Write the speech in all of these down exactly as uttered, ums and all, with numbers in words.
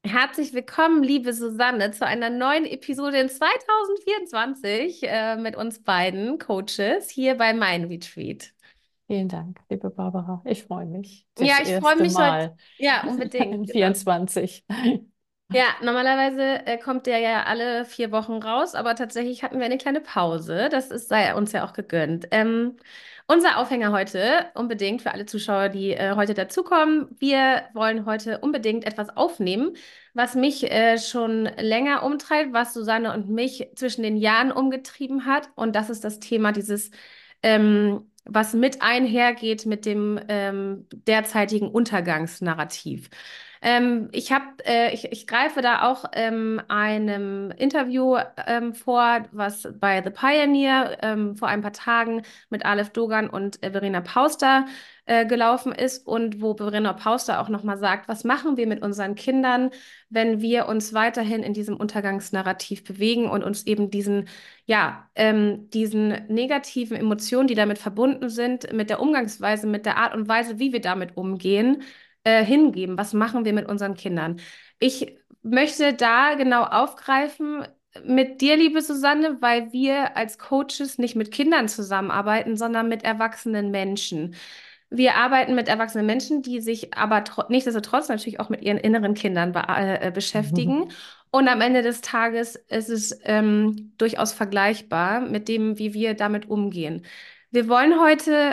Herzlich willkommen, liebe Susanne, zu einer neuen Episode in zwanzig vierundzwanzig äh, mit uns beiden Coaches hier bei Mind Retreat. Vielen Dank, liebe Barbara. Ich freue mich. Ja, Das ich freue erste mich heute. Mal Ja, unbedingt, in genau. vierundzwanzig. Ja, normalerweise äh, kommt der ja alle vier Wochen raus, aber tatsächlich hatten wir eine kleine Pause. Das ist, sei uns ja auch gegönnt. Ähm, unser Aufhänger heute, unbedingt für alle Zuschauer, die äh, heute dazukommen. Wir wollen heute unbedingt etwas aufnehmen, was mich äh, schon länger umtreibt, was Susanne und mich zwischen den Jahren umgetrieben hat. Und das ist das Thema dieses, ähm, was mit einhergeht mit dem ähm, derzeitigen Untergangsnarrativ. Ähm, ich habe, äh, ich, ich greife da auch ähm, einem Interview ähm, vor, was bei The Pioneer ähm, vor ein paar Tagen mit Aleph Dogan und äh, Verena Pauster äh, gelaufen ist und wo Verena Pauster auch nochmal sagt, was machen wir mit unseren Kindern, wenn wir uns weiterhin in diesem Untergangsnarrativ bewegen und uns eben diesen, ja, ähm, diesen negativen Emotionen, die damit verbunden sind, mit der Umgangsweise, mit der Art und Weise, wie wir damit umgehen, äh, hingeben. Was machen wir mit unseren Kindern? Ich möchte da genau aufgreifen mit dir, liebe Susanne, weil wir als Coaches nicht mit Kindern zusammenarbeiten, sondern mit erwachsenen Menschen. Wir arbeiten mit erwachsenen Menschen, die sich aber tro- nichtsdestotrotz natürlich auch mit ihren inneren Kindern be äh, äh, beschäftigen. Und am Ende des Tages ist es ähm, durchaus vergleichbar mit dem, wie wir damit umgehen. Wir wollen heute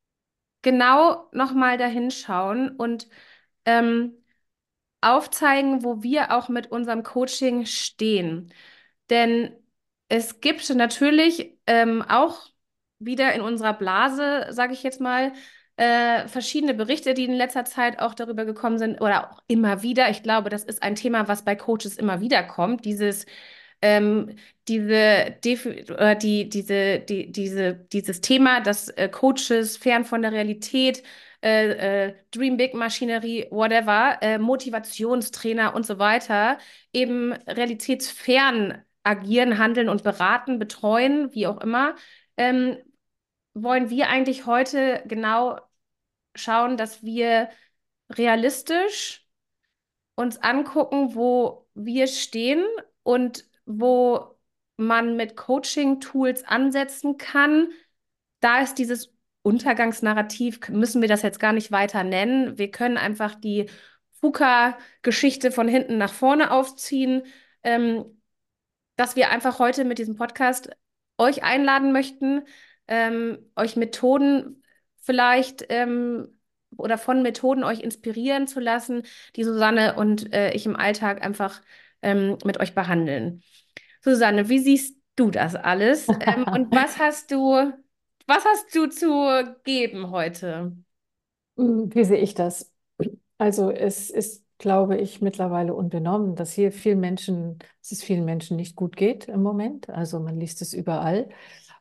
genau nochmal dahin schauen und ähm, aufzeigen, wo wir auch mit unserem Coaching stehen. Denn es gibt natürlich ähm, auch wieder in unserer Blase, sage ich jetzt mal, äh, verschiedene Berichte, die in letzter Zeit auch darüber gekommen sind oder auch immer wieder. Ich glaube, das ist ein Thema, was bei Coaches immer wieder kommt. Dieses ähm, diese, Defi- oder die, diese, die, diese, dieses Thema, dass äh, Coaches fern von der Realität, äh, äh, Dream Big Maschinerie, whatever, äh, Motivationstrainer und so weiter, eben realitätsfern agieren, handeln und beraten, betreuen, wie auch immer, ähm, wollen wir eigentlich heute genau schauen, dass wir realistisch uns angucken, wo wir stehen und wo man mit Coaching-Tools ansetzen kann. Da ist dieses Untergangsnarrativ, müssen wir das jetzt gar nicht weiter nennen. Wir können einfach die FUKA-Geschichte von hinten nach vorne aufziehen. Ähm, dass wir einfach heute mit diesem Podcast euch einladen möchten, ähm, euch Methoden vielleicht ähm, oder von Methoden euch inspirieren zu lassen, die Susanne und äh, ich im Alltag einfach ähm, mit euch behandeln. Susanne, wie siehst du das alles? Ähm, und was hast du, was hast du zu geben heute? Wie sehe ich das? Also es ist, glaube ich, mittlerweile unbenommen, dass hier vielen Menschen, dass es vielen Menschen nicht gut geht im Moment. Also man liest es überall.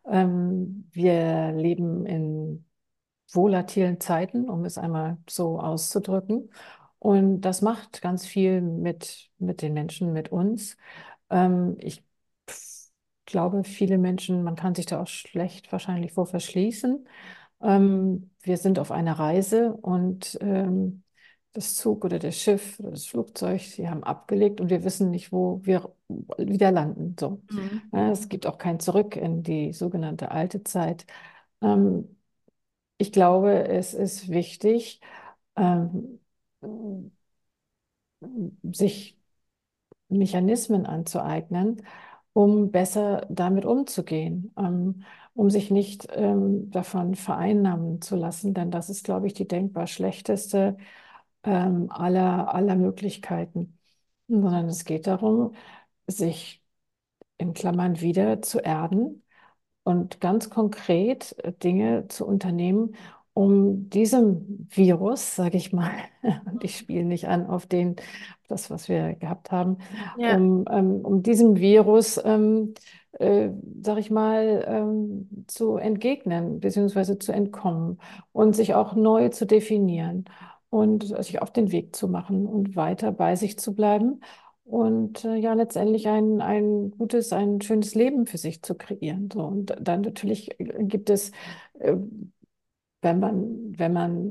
Ähm, wir leben in volatilen Zeiten, um es einmal so auszudrücken. Und das macht ganz viel mit, mit den Menschen, mit uns. Ähm, ich pf, glaube, viele Menschen, man kann sich da auch schlecht wahrscheinlich vor verschließen. Ähm, wir sind auf einer Reise und ähm, das Zug oder das Schiff oder das Flugzeug, sie haben abgelegt und wir wissen nicht, wo wir wieder landen. So. Mhm. Ja, es gibt auch kein Zurück in die sogenannte alte Zeit. Ähm, ich glaube, es ist wichtig, ähm, sich Mechanismen anzueignen, um besser damit umzugehen, ähm, um sich nicht ähm, davon vereinnahmen zu lassen, denn das ist, glaube ich, die denkbar schlechteste ähm, aller, aller Möglichkeiten, sondern es geht darum, sich in Klammern wieder zu erden und ganz konkret äh, Dinge zu unternehmen, um diesem Virus, sage ich mal, und ich spiele nicht an auf den, das, was wir gehabt haben, Ja, um, ähm, um diesem Virus, ähm, äh, sage ich mal, ähm, zu entgegnen, beziehungsweise zu entkommen und sich auch neu zu definieren und sich auf den Weg zu machen und weiter bei sich zu bleiben und äh, ja, letztendlich ein, ein gutes, ein schönes Leben für sich zu kreieren. So. Und dann natürlich äh, gibt es, äh, wenn man, wenn man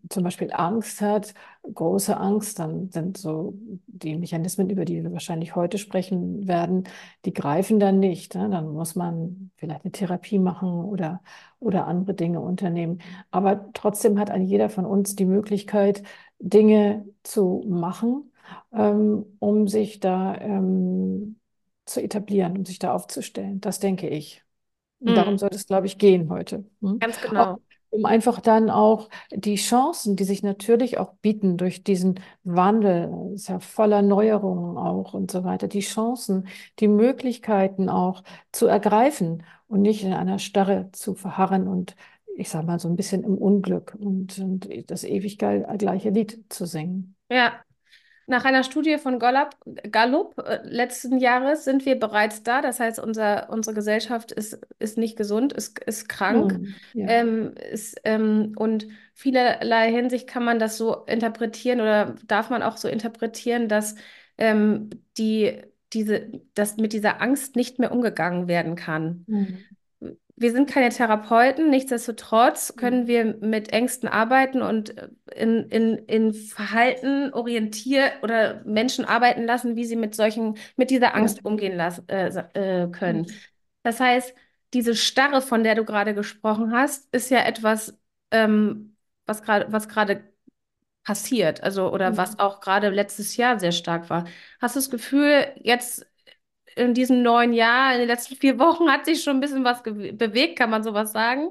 zum Beispiel Angst hat, große Angst, dann sind so die Mechanismen, über die wir wahrscheinlich heute sprechen werden, die greifen dann nicht. Ne? Dann muss man vielleicht eine Therapie machen oder, oder andere Dinge unternehmen. Aber trotzdem hat ein jeder von uns die Möglichkeit, Dinge zu machen, ähm, um sich da ähm, zu etablieren, um sich da aufzustellen. Das denke ich. Und darum Mhm. soll es, glaube ich, gehen heute. Hm? Ganz Um genau. um einfach dann auch die Chancen, die sich natürlich auch bieten durch diesen Wandel, ist ja voller Neuerungen auch und so weiter, die Chancen, die Möglichkeiten auch zu ergreifen und nicht in einer Starre zu verharren und ich sage mal so ein bisschen im Unglück und, und das ewig geil, gleiche Lied zu singen. Ja. Nach einer Studie von Gallup, Gallup äh, letzten Jahres sind wir bereits da. Das heißt, unser, unsere Gesellschaft ist, ist nicht gesund, ist, ist krank. Hm, ja. Ähm, ist, ähm, und vielerlei Hinsicht kann man das so interpretieren oder darf man auch so interpretieren, dass ähm, die, diese, dass mit dieser Angst nicht mehr umgegangen werden kann. Hm, Wir sind keine Therapeuten, nichtsdestotrotz können hm, wir mit Ängsten arbeiten und in, in, in Verhalten orientiert oder Menschen arbeiten lassen, wie sie mit solchen, mit dieser ja. Angst umgehen lassen, äh, äh, können. Hm, Das heißt, diese Starre, von der du gerade gesprochen hast, ist ja etwas, ähm, was gerade, was gerade passiert, also oder hm. was auch gerade letztes Jahr sehr stark war. Hast du das Gefühl, jetzt in diesem neuen Jahr, in den letzten vier Wochen hat sich schon ein bisschen was gewe- bewegt, kann man sowas sagen?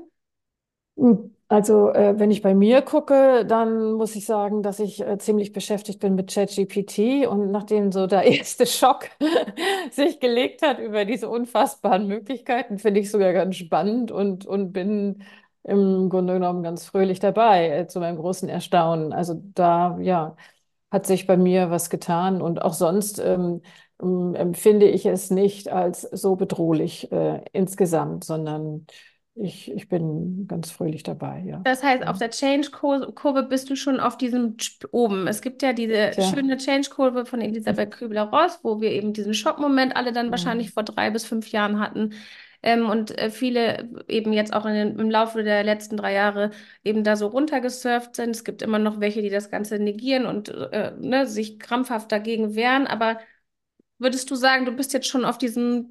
Hm, Also, äh, wenn ich bei mir gucke, dann muss ich sagen, dass ich äh, ziemlich beschäftigt bin mit ChatGPT und nachdem so der erste Schock sich gelegt hat über diese unfassbaren Möglichkeiten, finde ich sogar ganz spannend und, und bin im Grunde genommen ganz fröhlich dabei, äh, zu meinem großen Erstaunen. Also da, ja, hat sich bei mir was getan und auch sonst ähm, ähm, empfinde ich es nicht als so bedrohlich äh, insgesamt, sondern ich, ich bin ganz fröhlich dabei, ja. Das heißt, auf Mhm. der Change-Kurve bist du schon auf diesem Sp- oben. Es gibt ja diese Tja, schöne Change-Kurve von Elisabeth Kübler-Ross, wo wir eben diesen Schockmoment alle dann mhm. wahrscheinlich vor drei bis fünf Jahren hatten. Ähm, und äh, viele eben jetzt auch in den, im Laufe der letzten drei Jahre eben da so runtergesurft sind. Es gibt immer noch welche, die das Ganze negieren und äh, ne, sich krampfhaft dagegen wehren. Aber würdest du sagen, du bist jetzt schon auf diesem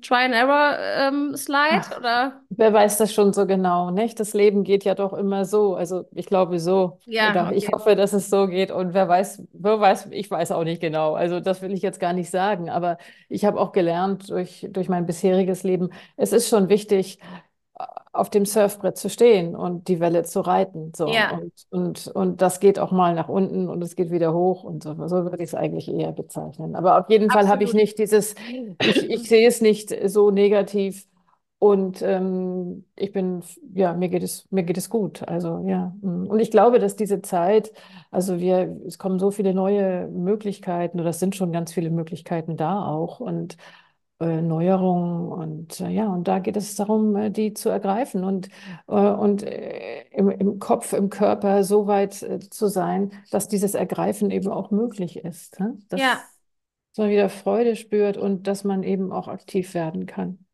Try-and-Error-Slide Ach, oder? wer weiß das schon so genau, nicht? Das Leben geht ja doch immer so. Also ich glaube so. Ja, Oder ich okay. hoffe, dass es so geht. Und wer weiß, wer weiß, ich weiß auch nicht genau. Also das will ich jetzt gar nicht sagen. Aber ich habe auch gelernt durch, durch mein bisheriges Leben, es ist schon wichtig, auf dem Surfbrett zu stehen und die Welle zu reiten. So. Ja, Und, und, und das geht auch mal nach unten und es geht wieder hoch und so. So würde ich es eigentlich eher bezeichnen. Aber auf jeden Fall habe ich absolut. nicht dieses, ich, ich sehe es nicht so negativ. Und ähm, ich bin, ja, mir geht es, mir geht es gut. Also ja. mm. Und ich glaube, dass diese Zeit, also wir, es kommen so viele neue Möglichkeiten oder es sind schon ganz viele Möglichkeiten da auch. Und äh, Neuerungen und äh, ja, und da geht es darum, äh, die zu ergreifen und, äh, und äh, im, im Kopf, im Körper so weit äh, zu sein, dass dieses Ergreifen eben auch möglich ist, ne? Ja. Dass man wieder Freude spürt und dass man eben auch aktiv werden kann.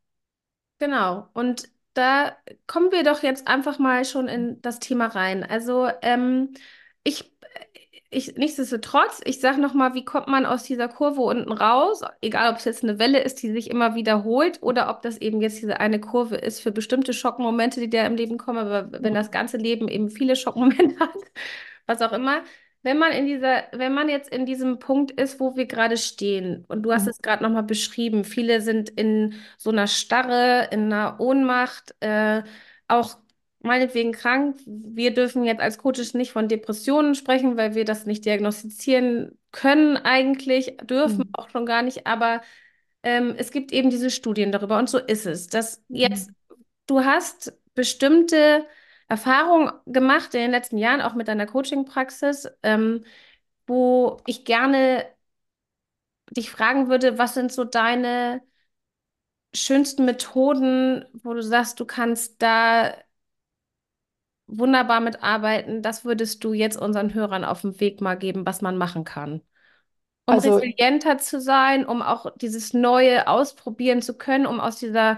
Genau. Und da kommen wir doch jetzt einfach mal schon in das Thema rein. Also ähm, ich, ich, nichtsdestotrotz, ich sage nochmal, wie kommt man aus dieser Kurve unten raus? Egal, ob es jetzt eine Welle ist, die sich immer wiederholt oder ob das eben jetzt diese eine Kurve ist für bestimmte Schockmomente, die da im Leben kommen. Aber wenn das ganze Leben eben viele Schockmomente hat, was auch immer. Wenn man in dieser, wenn man jetzt in diesem Punkt ist, wo wir gerade stehen, und du hast Mhm. es gerade nochmal beschrieben, viele sind in so einer Starre, in einer Ohnmacht, äh, auch meinetwegen krank. Wir dürfen jetzt als Coaches nicht von Depressionen sprechen, weil wir das nicht diagnostizieren können eigentlich, dürfen Mhm. auch schon gar nicht, aber ähm, es gibt eben diese Studien darüber und so ist es, dass jetzt Mhm. du hast bestimmte Erfahrungen gemacht in den letzten Jahren, auch mit deiner Coaching-Praxis, ähm, wo ich gerne dich fragen würde, was sind so deine schönsten Methoden, wo du sagst, du kannst da wunderbar mitarbeiten. Das würdest du jetzt unseren Hörern auf den Weg mal geben, was man machen kann. Um Also resilienter zu sein, um auch dieses Neue ausprobieren zu können, um aus dieser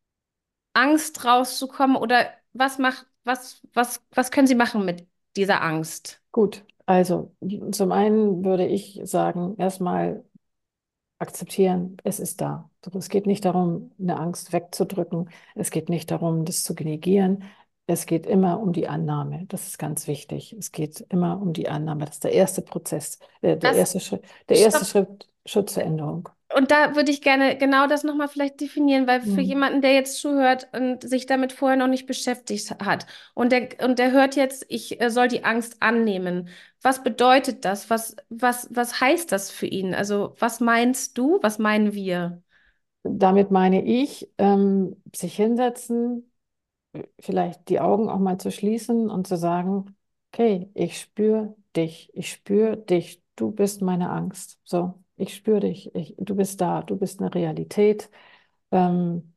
Angst rauszukommen oder was macht, was, was, was können Sie machen mit dieser Angst? Gut, also zum einen würde ich sagen, erstmal akzeptieren, es ist da. So, es geht nicht darum, eine Angst wegzudrücken. Es geht nicht darum, das zu negieren. Es geht immer um die Annahme. Das ist ganz wichtig. Es geht immer um die Annahme. Das ist der erste Prozess, äh, der Das, erste Schritt, der erste stopp. Schritt, Schritt zur Änderung. Und da würde ich gerne genau das nochmal vielleicht definieren, weil für Hm. jemanden, der jetzt zuhört und sich damit vorher noch nicht beschäftigt hat und der, und der hört jetzt, ich äh, soll die Angst annehmen. Was bedeutet das? Was, was, was heißt das für ihn? Also, was meinst du? Was meinen wir? Damit meine ich, ähm, sich hinsetzen, vielleicht die Augen auch mal zu schließen und zu sagen, okay, ich spüre dich, ich spüre dich, du bist meine Angst. So, ich spüre dich, ich, du bist da, du bist eine Realität. Ähm,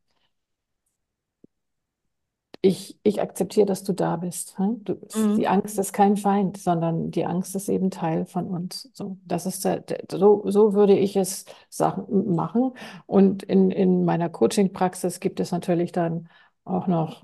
ich, ich akzeptiere, dass du da bist. Hm? Du, die Mhm. Angst ist kein Feind, sondern die Angst ist eben Teil von uns. So, das ist der, der, so, so würde ich es Sachen machen. Und in, in meiner Coaching-Praxis gibt es natürlich dann auch noch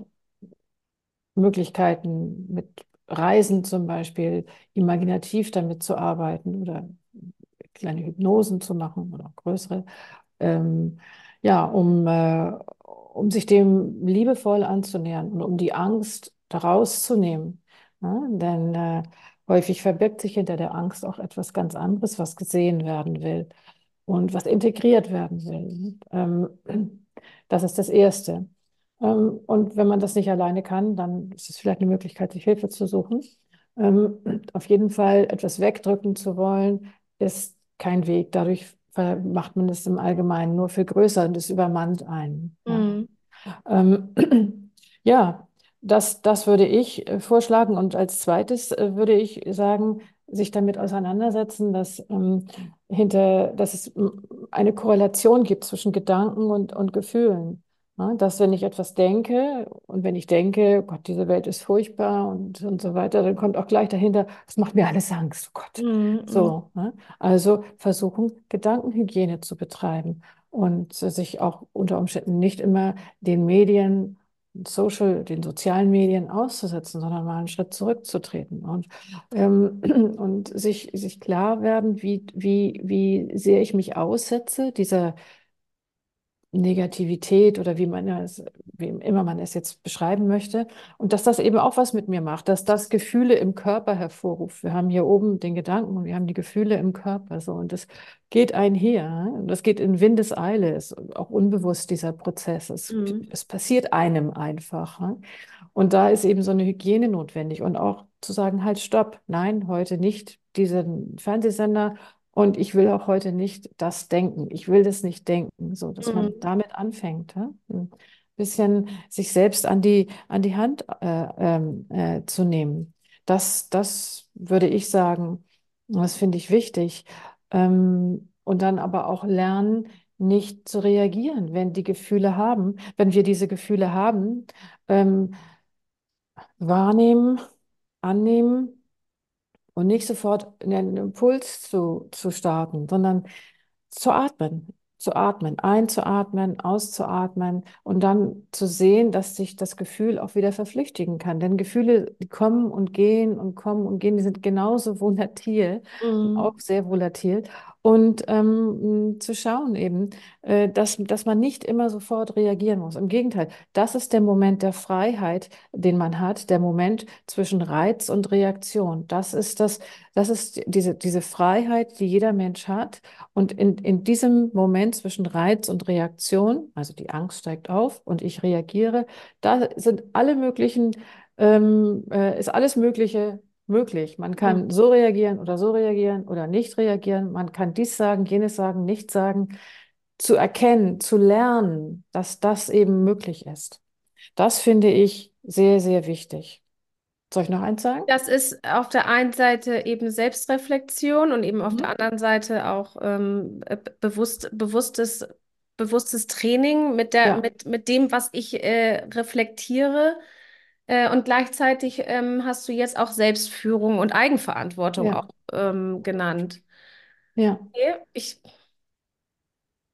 Möglichkeiten mit Reisen zum Beispiel, imaginativ damit zu arbeiten oder kleine Hypnosen zu machen oder größere, ähm, ja, um, äh, um sich dem liebevoll anzunähern und um die Angst daraus zu nehmen. Ja, denn äh, häufig verbirgt sich hinter der Angst auch etwas ganz anderes, was gesehen werden will und was integriert werden will. Ähm, das ist das Erste. Ähm, und wenn man das nicht alleine kann, dann ist es vielleicht eine Möglichkeit, sich Hilfe zu suchen. Ähm, auf jeden Fall etwas wegdrücken zu wollen, ist kein Weg. Dadurch ver- macht man es im Allgemeinen nur viel größer und es übermannt einen. Ja. Mhm. Ähm, ja, das, das würde ich äh, vorschlagen. Und als zweites äh, würde ich sagen, sich damit auseinandersetzen, dass, ähm, hinter, dass es ähm, eine Korrelation gibt zwischen Gedanken und, und Gefühlen. Ja, dass wenn ich etwas denke und wenn ich denke, oh Gott, diese Welt ist furchtbar und, und so weiter, dann kommt auch gleich dahinter, das macht mir alles Angst, oh Gott. Mhm. So, ne? Also versuchen, Gedankenhygiene zu betreiben und sich auch unter Umständen nicht immer den Medien, Social, den sozialen Medien auszusetzen, sondern mal einen Schritt zurückzutreten und, ähm, und sich, sich klar werden, wie, wie, wie sehr ich mich aussetze, dieser Negativität oder wie man es, wie immer man es jetzt beschreiben möchte. Und dass das eben auch was mit mir macht, dass das Gefühle im Körper hervorruft. Wir haben hier oben den Gedanken und wir haben die Gefühle im Körper so. Und das geht einher. Und das geht in Windeseile, ist auch unbewusst dieser Prozess. Es, Mhm. es passiert einem einfach. Ne? Und da ist eben so eine Hygiene notwendig und auch zu sagen, halt, stopp, nein, heute nicht diesen Fernsehsender und ich will auch heute nicht das denken. Ich will das nicht denken, so dass man Mhm. damit anfängt. Ja? Ein bisschen sich selbst an die, an die Hand äh, ähm, äh, zu nehmen. Das, das würde ich sagen, das finde ich wichtig. Ähm, und dann aber auch lernen, nicht zu reagieren, wenn die Gefühle haben, wenn wir diese Gefühle haben, ähm, wahrnehmen, annehmen und nicht sofort einen Impuls zu, zu starten, sondern zu atmen, zu atmen, einzuatmen, auszuatmen und dann zu sehen, dass sich das Gefühl auch wieder verflüchtigen kann. Denn Gefühle, die kommen und gehen und kommen und gehen, die sind genauso volatil, auch Mhm. sehr volatil. Und ähm, zu schauen eben, äh, dass, dass man nicht immer sofort reagieren muss. Im Gegenteil, das ist der Moment der Freiheit, den man hat, der Moment zwischen Reiz und Reaktion. Das ist das, das ist diese, diese Freiheit, die jeder Mensch hat. Und in, in diesem Moment zwischen Reiz und Reaktion, also die Angst steigt auf und ich reagiere, da sind alle möglichen, ähm, äh, ist alles Mögliche möglich. Man Mhm. kann so reagieren oder so reagieren oder nicht reagieren. Man kann dies sagen, jenes sagen, nicht sagen. Zu erkennen, zu lernen, dass das eben möglich ist. Das finde ich sehr, sehr wichtig. Soll ich noch eins sagen? Das ist auf der einen Seite eben Selbstreflexion und eben auf der Mhm. anderen Seite auch ähm, äh, bewusst, bewusstes, bewusstes Training mit der, Ja, mit, mit dem, was ich äh, reflektiere. Äh, und gleichzeitig ähm, hast du jetzt auch Selbstführung und Eigenverantwortung auch ja, ähm, genannt. ja. Okay. Ich,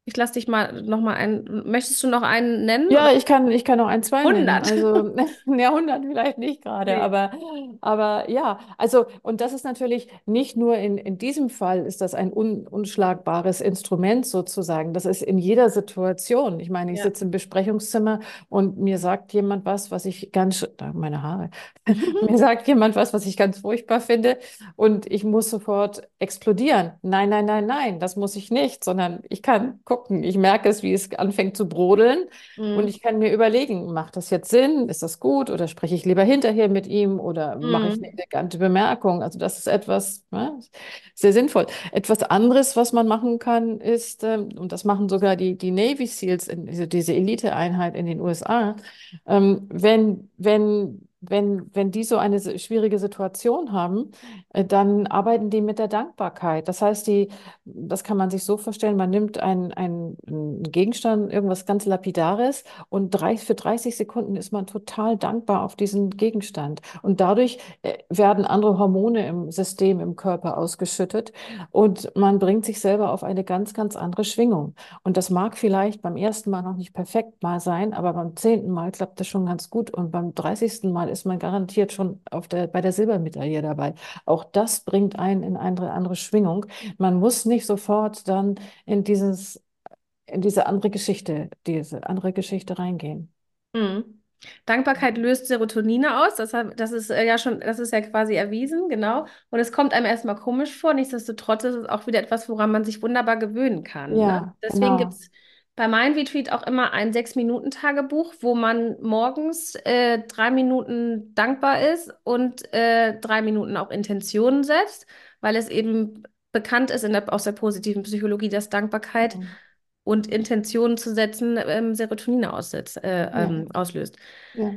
Ich lasse dich mal noch mal einen. Möchtest du noch einen nennen oder Ja, ich kann, ich kann noch ein, zwei nennen. hundert? Also, Jahrhundert vielleicht nicht gerade, Nee. aber, aber ja, also, und das ist natürlich nicht nur in, in diesem Fall ist das ein un, unschlagbares Instrument sozusagen. Das ist in jeder Situation. Ich meine, ich Ja. sitze im Besprechungszimmer und mir sagt jemand was, was ich ganz, sch- meine Haare, mir sagt jemand was, was ich ganz furchtbar finde und ich muss sofort explodieren. Nein, nein, nein, nein, das muss ich nicht, sondern ich kann gucken. Ich merke es, wie es anfängt zu brodeln und Mhm. ich kann mir überlegen, macht das jetzt Sinn? Ist das gut? Oder spreche ich lieber hinterher mit ihm oder mache ich eine Mhm. elegante Bemerkung? Also das ist etwas, ne, sehr sinnvoll. Etwas anderes, was man machen kann, ist, ähm, und das machen sogar die, die Navy SEALs, in, diese, diese Eliteeinheit in den U S A, ähm, wenn, wenn, wenn, wenn die so eine si- schwierige Situation haben, äh, dann arbeiten die mit der Dankbarkeit. Das heißt, die, das kann man sich so vorstellen, man nimmt einen, einen, einen Gegenstand, irgendwas ganz Lapidares und drei, für dreißig Sekunden ist man total dankbar auf diesen Gegenstand. Und dadurch äh, werden andere Hormone im System, im Körper ausgeschüttet und man bringt sich selber auf eine ganz, ganz andere Schwingung. Und das mag vielleicht beim ersten Mal noch nicht perfekt mal sein, aber beim zehnten Mal klappt das schon ganz gut. Und beim dreißigsten Mal ist man garantiert schon auf der, bei der Silbermedaille dabei. Auch das bringt einen in eine andere Schwingung. Man muss nicht sofort dann in dieses, in diese andere Geschichte, diese andere Geschichte reingehen. Mhm. Dankbarkeit löst Serotonine aus. Das, hat- das ist äh, ja schon, das ist ja quasi erwiesen, genau. Und es kommt einem erstmal komisch vor. Nichtsdestotrotz ist es auch wieder etwas, woran man sich wunderbar gewöhnen kann. Ne? Ja, Deswegen gibt genau. es bei Mindretreat auch immer ein Sechs-Minuten-Tagebuch, wo man morgens äh, drei Minuten dankbar ist und äh, drei Minuten auch Intentionen setzt, weil es eben bekannt ist in der, aus der positiven Psychologie, dass Dankbarkeit Mhm. und Intentionen zu setzen ähm, Serotonin aussetzt, äh, Ja, ähm, auslöst. ja.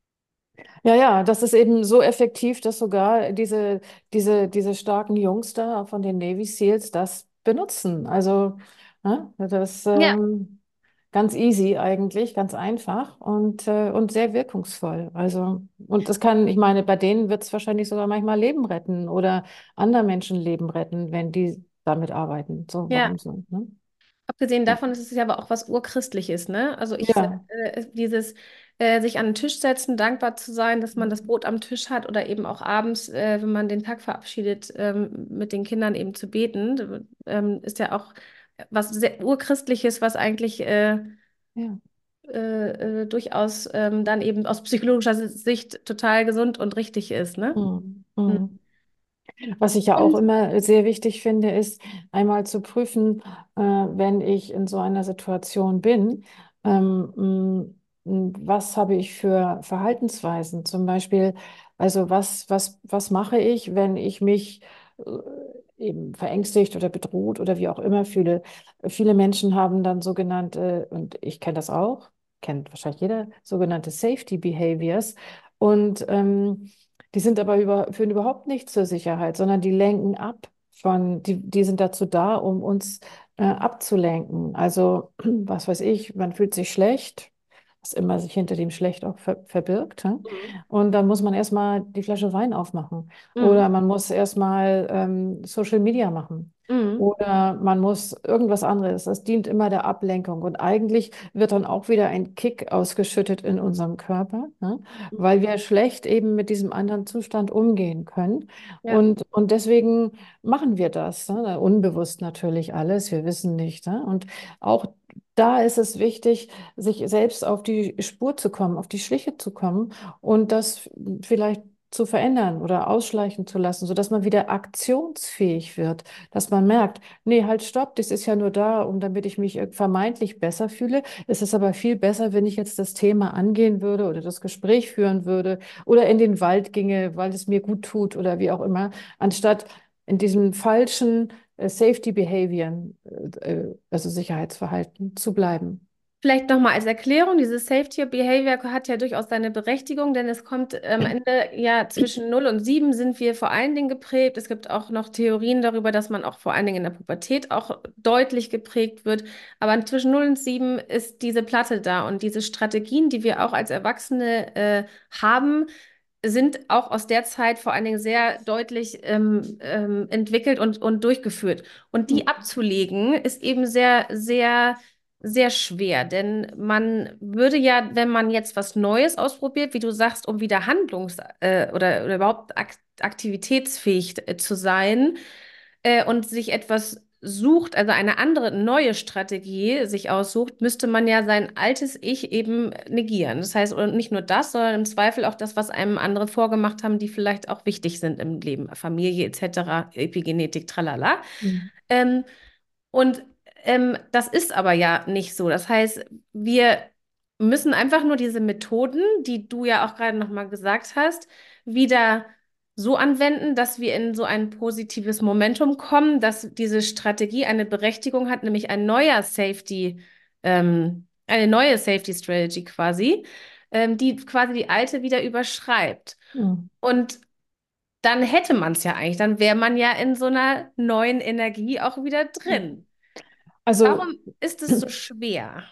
Ja, ja, das ist eben so effektiv, dass sogar diese, diese, diese starken Jungs da von den Navy SEALs das benutzen. Also, ne, das Ja. ähm, ganz easy eigentlich, ganz einfach und, äh, und sehr wirkungsvoll. Also, und das kann, ich meine, bei denen wird es wahrscheinlich sogar manchmal Leben retten oder andere Menschen Leben retten, wenn die damit arbeiten. So, Ja, warum so? Ne? abgesehen Ja, davon ist es ja aber auch was Urchristliches, ne? Also ich, ja, äh, dieses äh, sich an den Tisch setzen, dankbar zu sein, dass man das Brot am Tisch hat oder eben auch abends, äh, wenn man den Tag verabschiedet, ähm, mit den Kindern eben zu beten, ähm, ist ja auch was sehr Urchristliches, was eigentlich äh, ja. äh, äh, durchaus ähm, dann eben aus psychologischer Sicht total gesund und richtig ist, ne? Mhm. Mhm. Mhm. Was ich ja auch Und immer sehr wichtig finde, ist einmal zu prüfen, äh, wenn ich in so einer Situation bin, ähm, m, m, was habe ich für Verhaltensweisen? Zum Beispiel, also was, was, was mache ich, wenn ich mich äh, eben verängstigt oder bedroht oder wie auch immer fühle? Viele Menschen haben dann sogenannte, und ich kenne das auch, kennt wahrscheinlich jeder, sogenannte Safety Behaviors. Und ähm, die sind aber über, führen überhaupt nicht zur Sicherheit, sondern die lenken ab von, die, die sind dazu da, um uns äh, abzulenken. Also, was weiß ich, man fühlt sich schlecht, was immer sich hinter dem schlecht auch ver verbirgt. Hm? Mhm. Und dann muss man erstmal die Flasche Wein aufmachen. Mhm. Oder man muss erstmal ähm, Social Media machen. Mhm. Oder man muss irgendwas anderes. Das dient immer der Ablenkung. Und eigentlich wird dann auch wieder ein Kick ausgeschüttet in unserem Körper, ne? Weil wir schlecht eben mit diesem anderen Zustand umgehen können. Ja. Und, und deswegen machen wir das, ne? Unbewusst natürlich alles, wir wissen nicht. Ne? Und auch da ist es wichtig, sich selbst auf die Spur zu kommen, auf die Schliche zu kommen und das vielleicht zu verändern oder ausschleichen zu lassen, sodass man wieder aktionsfähig wird, dass man merkt, nee, halt, stopp, das ist ja nur da, um damit ich mich äh, vermeintlich besser fühle. Es ist aber viel besser, wenn ich jetzt das Thema angehen würde oder das Gespräch führen würde oder in den Wald ginge, weil es mir gut tut oder wie auch immer, anstatt in diesem falschen äh, Safety Behavior, äh, äh, also Sicherheitsverhalten, zu bleiben. Vielleicht nochmal als Erklärung, dieses Safety Behavior hat ja durchaus seine Berechtigung, denn es kommt am Ende ja zwischen null und sieben sind wir vor allen Dingen geprägt. Es gibt auch noch Theorien darüber, dass man auch vor allen Dingen in der Pubertät auch deutlich geprägt wird. Aber zwischen null und sieben ist diese Platte da und diese Strategien, die wir auch als Erwachsene äh, haben, sind auch aus der Zeit vor allen Dingen sehr deutlich ähm, ähm, entwickelt und, und durchgeführt. Und die abzulegen, ist eben sehr, sehr, sehr schwer. Denn man würde ja, wenn man jetzt was Neues ausprobiert, wie du sagst, um wieder handlungs- äh, oder, oder überhaupt ak aktivitätsfähig äh, zu sein, äh, und sich etwas sucht, also eine andere, neue Strategie sich aussucht, müsste man ja sein altes Ich eben negieren. Das heißt, und nicht nur das, sondern im Zweifel auch das, was einem andere vorgemacht haben, die vielleicht auch wichtig sind im Leben, Familie et cetera, Epigenetik, tralala. Mhm. Ähm, und ähm, das ist aber ja nicht so. Das heißt, wir müssen einfach nur diese Methoden, die du ja auch gerade nochmal gesagt hast, wieder so anwenden, dass wir in so ein positives Momentum kommen, dass diese Strategie eine Berechtigung hat, nämlich ein neuer Safety, ähm, eine neue Safety Strategy quasi, ähm, die quasi die alte wieder überschreibt. Mhm. Und dann hätte man es ja eigentlich, dann wäre man ja in so einer neuen Energie auch wieder drin. Also, Warum ist es so schwer?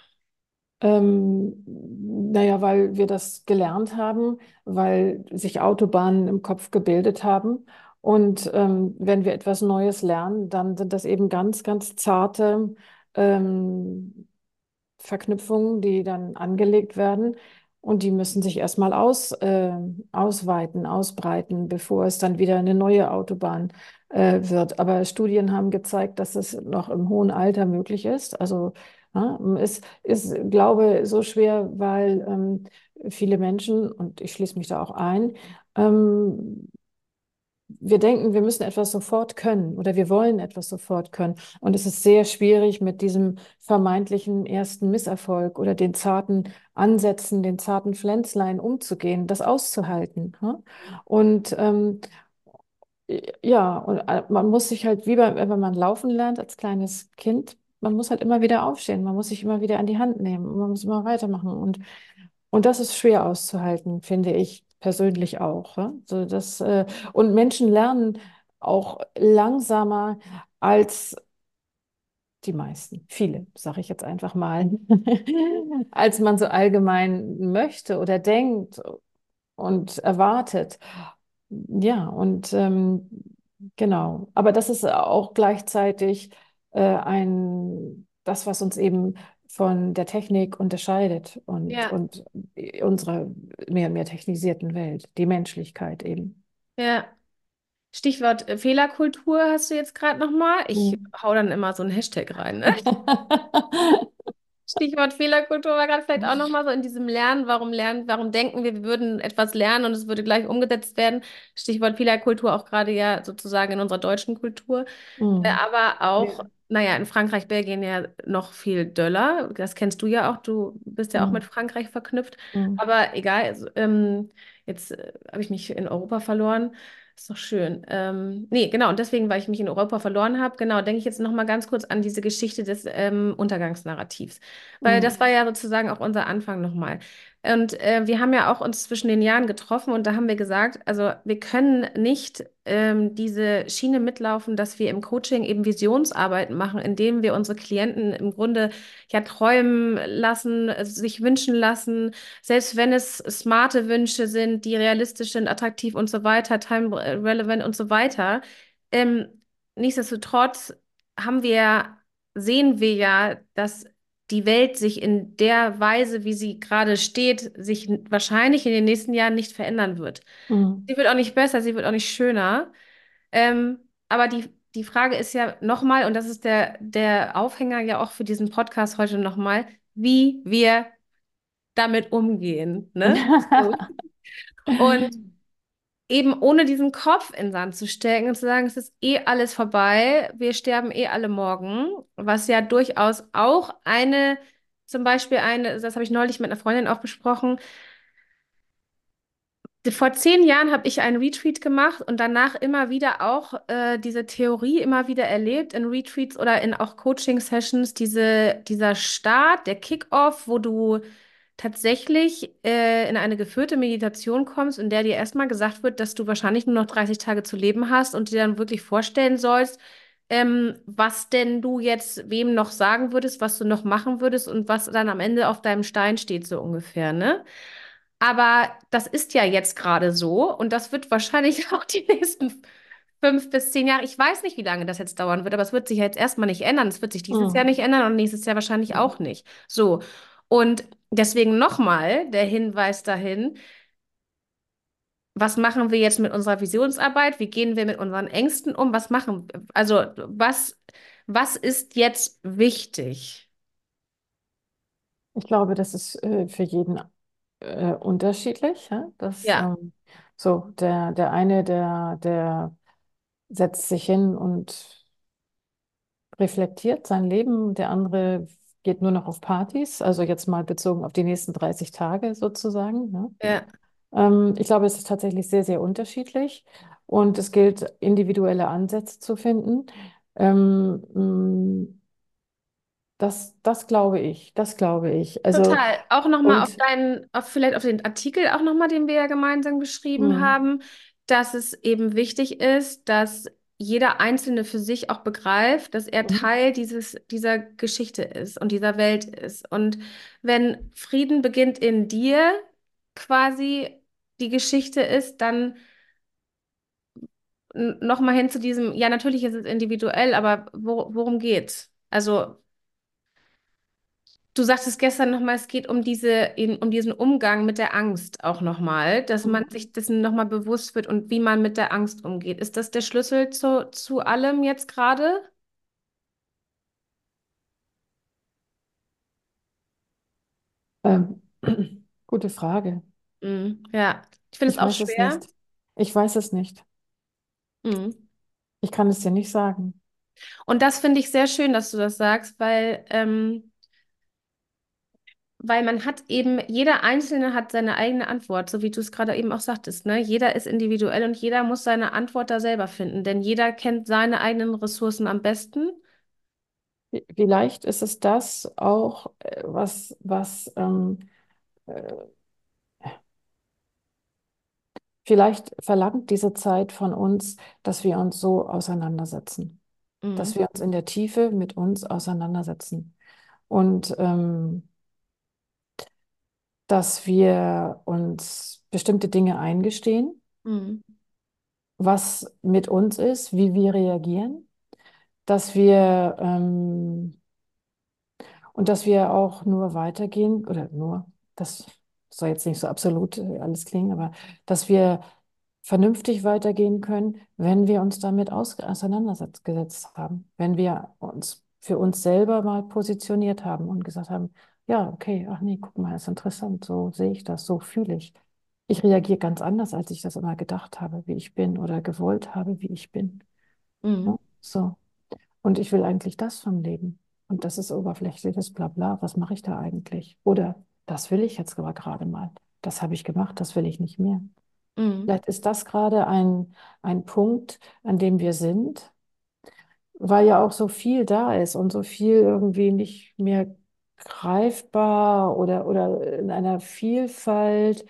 ähm, naja, weil wir das gelernt haben, weil sich Autobahnen im Kopf gebildet haben. Und ähm, wenn wir etwas Neues lernen, dann sind das eben ganz, ganz zarte ähm, Verknüpfungen, die dann angelegt werden. Und die müssen sich erstmal aus, äh, ausweiten, ausbreiten, bevor es dann wieder eine neue Autobahn äh, wird. Aber Studien haben gezeigt, dass es noch im hohen Alter möglich ist. Also ja, es ist, glaube so schwer, weil ähm, viele Menschen, und ich schließe mich da auch ein, ähm, wir denken, wir müssen etwas sofort können oder wir wollen etwas sofort können. Und es ist sehr schwierig, mit diesem vermeintlichen ersten Misserfolg oder den zarten Ansätzen, den zarten Pflänzlein umzugehen, das auszuhalten. Ne? Und ähm, ja, und äh, man muss sich halt, wie bei, wenn man laufen lernt als kleines Kind, man muss halt immer wieder aufstehen, man muss sich immer wieder an die Hand nehmen und man muss immer weitermachen. Und und das ist schwer auszuhalten, finde ich persönlich auch. Ja? So das, äh, und Menschen lernen auch langsamer als die meisten, viele, sage ich jetzt einfach mal, als man so allgemein möchte oder denkt und erwartet. Ja, und ähm, genau. Aber das ist auch gleichzeitig äh, ein, das, was uns eben von der Technik unterscheidet und, Ja, und unserer mehr und mehr technisierten Welt, die Menschlichkeit eben. ja. Stichwort äh, Fehlerkultur hast du jetzt gerade nochmal. Ich Mhm. hau dann immer so einen Hashtag rein, ne? Stichwort Fehlerkultur war gerade vielleicht auch nochmal so in diesem Lernen. Warum lernen, warum denken wir, wir würden etwas lernen und es würde gleich umgesetzt werden? Stichwort Fehlerkultur auch gerade ja sozusagen in unserer deutschen Kultur. Äh, Mhm. aber Ja. auch, naja, in Frankreich, Belgien ja noch viel döller. Das kennst du ja auch. Du bist ja auch mit Mhm. Frankreich verknüpft. Mhm. Aber egal, also, ähm, jetzt äh, habe ich mich in Europa verloren. Ist doch schön. Ähm, nee, genau. Und deswegen, weil ich mich in Europa verloren habe, genau, denke ich jetzt noch mal ganz kurz an diese Geschichte des ähm, Untergangsnarrativs. Weil das Mhm. war ja sozusagen auch unser Anfang nochmal. Und äh, wir haben ja auch uns zwischen den Jahren getroffen und da haben wir gesagt, also wir können nicht ähm, diese Schiene mitlaufen, dass wir im Coaching eben Visionsarbeit machen, indem wir unsere Klienten im Grunde ja träumen lassen, äh, sich wünschen lassen, selbst wenn es smarte Wünsche sind, die realistisch sind, attraktiv und so weiter, time relevant und so weiter. Ähm, nichtsdestotrotz haben wir, sehen wir ja, dass die Welt sich in der Weise, wie sie gerade steht, sich n- wahrscheinlich in den nächsten Jahren nicht verändern wird. Mhm. Sie wird auch nicht besser, sie wird auch nicht schöner. Ähm, aber die, die Frage ist ja nochmal, und das ist der, der Aufhänger ja auch für diesen Podcast heute nochmal, wie wir damit umgehen, ne? So. Und eben ohne diesen Kopf in den Sand zu stecken und zu sagen, es ist eh alles vorbei, wir sterben eh alle morgen, was ja durchaus auch eine, zum Beispiel eine, das habe ich neulich mit einer Freundin auch besprochen. Vor zehn Jahren habe ich einen Retreat gemacht und danach immer wieder auch äh, diese Theorie immer wieder erlebt in Retreats oder in auch Coaching-Sessions, diese, dieser Start, der Kick-Off, wo du tatsächlich äh, in eine geführte Meditation kommst, in der dir erstmal gesagt wird, dass du wahrscheinlich nur noch dreißig Tage zu leben hast und dir dann wirklich vorstellen sollst, ähm, was denn du jetzt wem noch sagen würdest, was du noch machen würdest und was dann am Ende auf deinem Stein steht, so ungefähr, ne? Aber das ist ja jetzt gerade so und das wird wahrscheinlich auch die nächsten fünf bis zehn Jahre. Ich weiß nicht, wie lange das jetzt dauern wird, aber es wird sich jetzt erstmal nicht ändern. Es wird sich dieses Jahr Mhm. nicht ändern und nächstes Jahr wahrscheinlich auch nicht. So. Und deswegen nochmal der Hinweis dahin, was machen wir jetzt mit unserer Visionsarbeit? Wie gehen wir mit unseren Ängsten um? Was machen, also was, was ist jetzt wichtig? Ich glaube, das ist äh, für jeden äh, unterschiedlich. Ja? Das, Ja, ähm, so, der, der eine, der, der setzt sich hin und reflektiert sein Leben, der andere geht nur noch auf Partys, also jetzt mal bezogen auf die nächsten dreißig Tage sozusagen. Ne? ja, Ähm, ich glaube, es ist tatsächlich sehr, sehr unterschiedlich und es gilt, individuelle Ansätze zu finden. Ähm, mh, das, das glaube ich, das glaube ich. Also, total. Auch nochmal auf und deinen, auf vielleicht auf den Artikel auch nochmal, den wir ja gemeinsam geschrieben mh, haben, dass es eben wichtig ist, dass jeder Einzelne für sich auch begreift, dass er mh, Teil dieses, dieser Geschichte ist und dieser Welt ist. Und wenn Frieden beginnt in dir, quasi die Geschichte ist, dann nochmal hin zu diesem, ja, natürlich ist es individuell, aber wo, worum geht's? Also, du sagtest gestern nochmal, es geht um diese, eben um diesen Umgang mit der Angst auch nochmal, dass man mh. sich dessen nochmal bewusst wird und wie man mit der Angst umgeht. Ist das der Schlüssel zu, zu allem jetzt gerade? Ähm, gute Frage. Mhm. Ja, ich finde es Ich auch weiß es schwer. nicht. Ich weiß es nicht. Mhm. Ich kann es dir nicht sagen. Und das finde ich sehr schön, dass du das sagst, weil, ähm, weil man hat eben, jeder Einzelne hat seine eigene Antwort, so wie du es gerade eben auch sagtest, ne? Jeder ist individuell und jeder muss seine Antwort da selber finden, denn jeder kennt seine eigenen Ressourcen am besten. V- Vielleicht ist es das auch, äh, was, was ähm, äh, vielleicht verlangt diese Zeit von uns, dass wir uns so auseinandersetzen, dass Mhm. wir uns in der Tiefe mit uns auseinandersetzen und ähm, dass wir uns bestimmte Dinge eingestehen, Mhm. was mit uns ist, wie wir reagieren, dass wir ähm, und dass wir auch nur weitergehen, oder nur, das soll jetzt nicht so absolut äh, alles klingen, aber dass wir vernünftig weitergehen können, wenn wir uns damit aus auseinandergesetzt haben, wenn wir uns für uns selber mal positioniert haben und gesagt haben, ja, okay, ach nee, guck mal, ist interessant, so sehe ich das, so fühle ich. Ich reagiere ganz anders, als ich das immer gedacht habe, wie ich bin oder gewollt habe, wie ich bin. Ja, Mhm. so. Und ich will eigentlich das vom Leben. Und das ist oberflächliches Blabla. Was mache ich da eigentlich? Oder das will ich jetzt aber gerade mal. Das habe ich gemacht, das will ich nicht mehr. Mhm. Vielleicht ist das gerade ein, ein Punkt, an dem wir sind, weil ja auch so viel da ist und so viel irgendwie nicht mehr greifbar oder, oder in einer Vielfalt.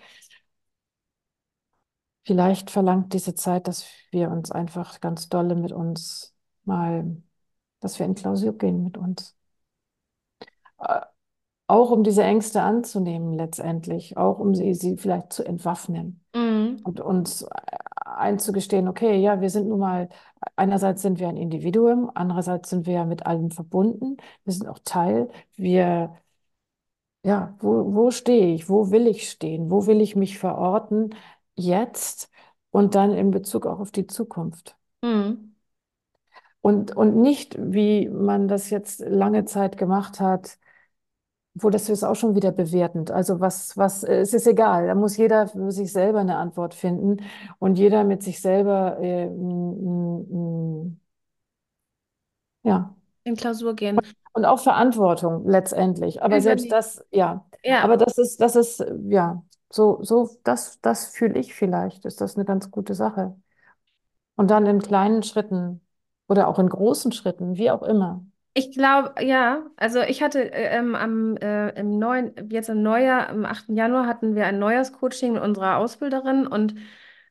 Vielleicht verlangt diese Zeit, dass wir uns einfach ganz dolle mit uns mal, dass wir in Klausur gehen mit uns. Äh, Auch um diese Ängste anzunehmen letztendlich, auch um sie, sie vielleicht zu entwaffnen Mhm. und uns einzugestehen, okay, ja, wir sind nun mal, einerseits sind wir ein Individuum, andererseits sind wir ja mit allem verbunden, wir sind auch Teil, wir, ja, wo, wo stehe ich, wo will ich stehen, wo will ich mich verorten jetzt und dann in Bezug auch auf die Zukunft. Mhm. Und, und nicht, wie man das jetzt lange Zeit gemacht hat, wo das ist auch schon wieder bewertend. Also was, was, äh, es ist egal. Da muss jeder für sich selber eine Antwort finden und jeder mit sich selber, äh, m, m, m, ja. In Klausur gehen. Und auch Verantwortung letztendlich. Aber selbst Übernehmen. das, ja. Ja, Aber das ist, das ist, äh, ja, so, so, das, das fühle ich vielleicht. Ist das eine ganz gute Sache. Und dann in kleinen Schritten oder auch in großen Schritten, wie auch immer. ich glaube, ja. Also ich hatte äh, ähm, am äh, im neuen, jetzt im Neujahr, am achten Januar hatten wir ein Neujahrscoaching mit unserer Ausbilderin und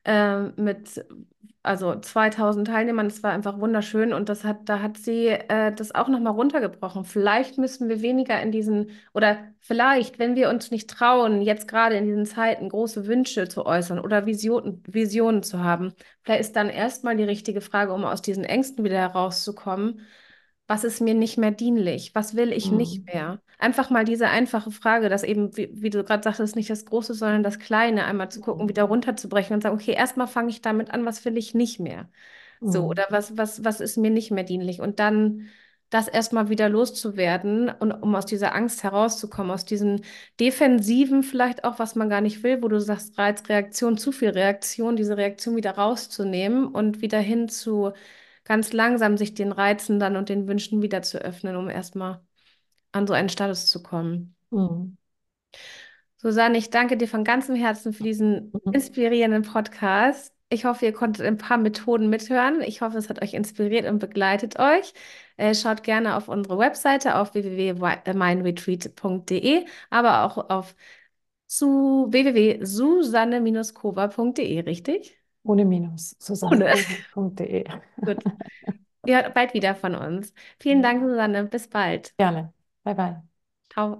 ähm, mit also zweitausend Teilnehmern. Das war einfach wunderschön und das hat, da hat sie äh, das auch nochmal runtergebrochen. Vielleicht müssen wir weniger in diesen, oder vielleicht, wenn wir uns nicht trauen, jetzt gerade in diesen Zeiten große Wünsche zu äußern oder Visionen, Visionen zu haben, vielleicht ist dann erstmal die richtige Frage, um aus diesen Ängsten wieder herauszukommen: Was ist mir nicht mehr dienlich? Was will ich nicht Mhm. mehr? Einfach mal diese einfache Frage, dass eben, wie, wie du gerade sagtest, nicht das Große, sondern das Kleine, einmal zu gucken, Mhm. wieder runterzubrechen und sagen, okay, erstmal fange ich damit an, was will ich nicht mehr? So, Mhm. oder was, was, was ist mir nicht mehr dienlich? Und dann das erstmal wieder loszuwerden und um aus dieser Angst herauszukommen, aus diesem Defensiven vielleicht auch, was man gar nicht will, wo du sagst, Reiz, Reaktion, zu viel Reaktion, diese Reaktion wieder rauszunehmen und wieder hin zu ganz langsam sich den Reizen dann und den Wünschen wieder zu öffnen, um erstmal an so einen Status zu kommen. Mhm. Susanne, ich danke dir von ganzem Herzen für diesen Mhm. inspirierenden Podcast. Ich hoffe, ihr konntet ein paar Methoden mithören. Ich hoffe, es hat euch inspiriert und begleitet euch. Äh, schaut gerne auf unsere Webseite auf w w w punkt mindretreat punkt d e, aber auch auf zu w w w punkt susanne kova punkt d e, richtig? Ohne Minus. Ohne. susannekobe punkt de. Gut. Ihr hört bald wieder von uns. Vielen Mhm. Dank, Susanne. Bis bald. Gerne. Bye bye. Ciao.